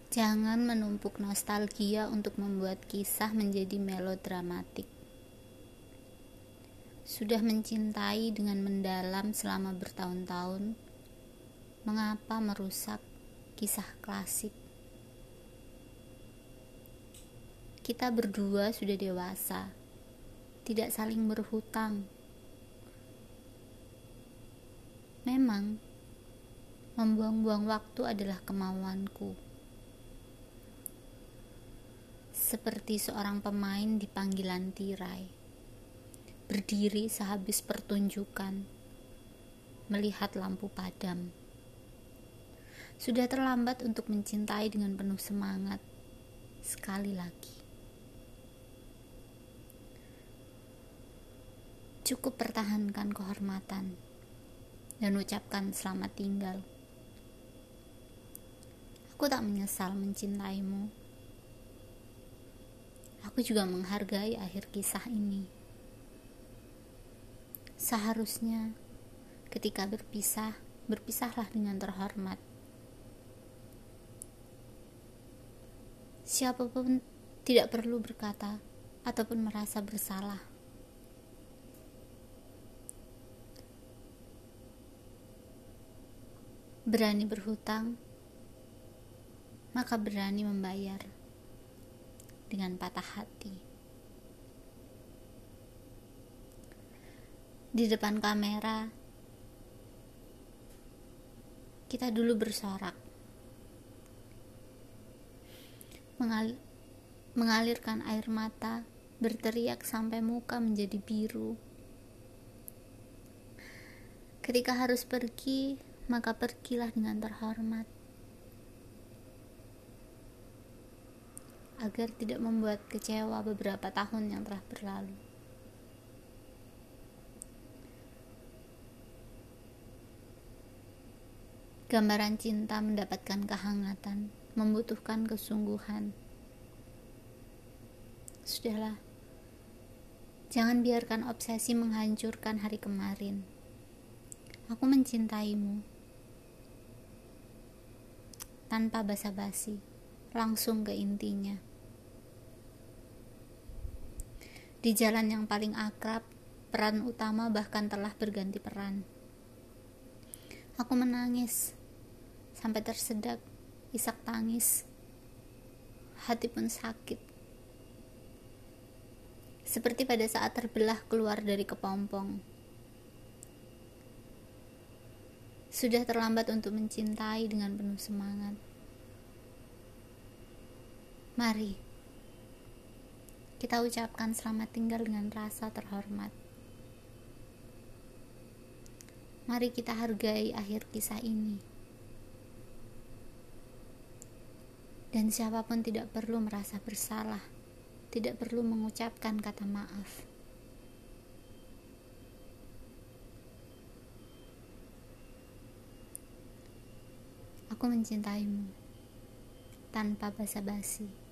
Jangan menumpuk nostalgia untuk membuat kisah menjadi melodramatik. Sudah mencintai dengan mendalam selama bertahun-tahun, mengapa merusak kisah klasik? Kita berdua sudah dewasa, tidak saling berhutang. Memang, membuang-buang waktu adalah kemauanku. Seperti seorang pemain di panggilan tirai, berdiri sehabis pertunjukan, melihat lampu padam. Sudah terlambat untuk mencintai dengan penuh semangat. Sekali lagi, cukup pertahankan kehormatan dan ucapkan selamat tinggal. Aku tak menyesal mencintaimu. Aku juga menghargai akhir kisah ini. Seharusnya ketika berpisah, berpisahlah dengan terhormat. Siapapun tidak perlu berkata ataupun merasa bersalah. Berani berhutang, maka berani membayar dengan patah hati. Di depan kamera, kita dulu bersorak, mengalirkan air mata, berteriak sampai muka menjadi biru. Ketika harus pergi, maka pergilah dengan terhormat, agar tidak membuat kecewa beberapa tahun yang telah berlalu. Gambaran cinta mendapatkan kehangatan, membutuhkan kesungguhan. Sudahlah, jangan biarkan obsesi menghancurkan hari kemarin. Aku mencintaimu. Tanpa basa-basi, langsung ke intinya. Di jalan yang paling akrab, peran utama bahkan telah berganti peran. Aku menangis sampai tersedak, isak tangis. Hati pun sakit. Seperti pada saat terbelah keluar dari kepompong. Sudah terlambat untuk mencintai dengan penuh semangat. Mari kita ucapkan selamat tinggal dengan rasa terhormat. Mari kita hargai akhir kisah ini. Dan siapapun tidak perlu merasa bersalah, tidak perlu mengucapkan kata maaf. Aku mencintaimu tanpa basa-basi.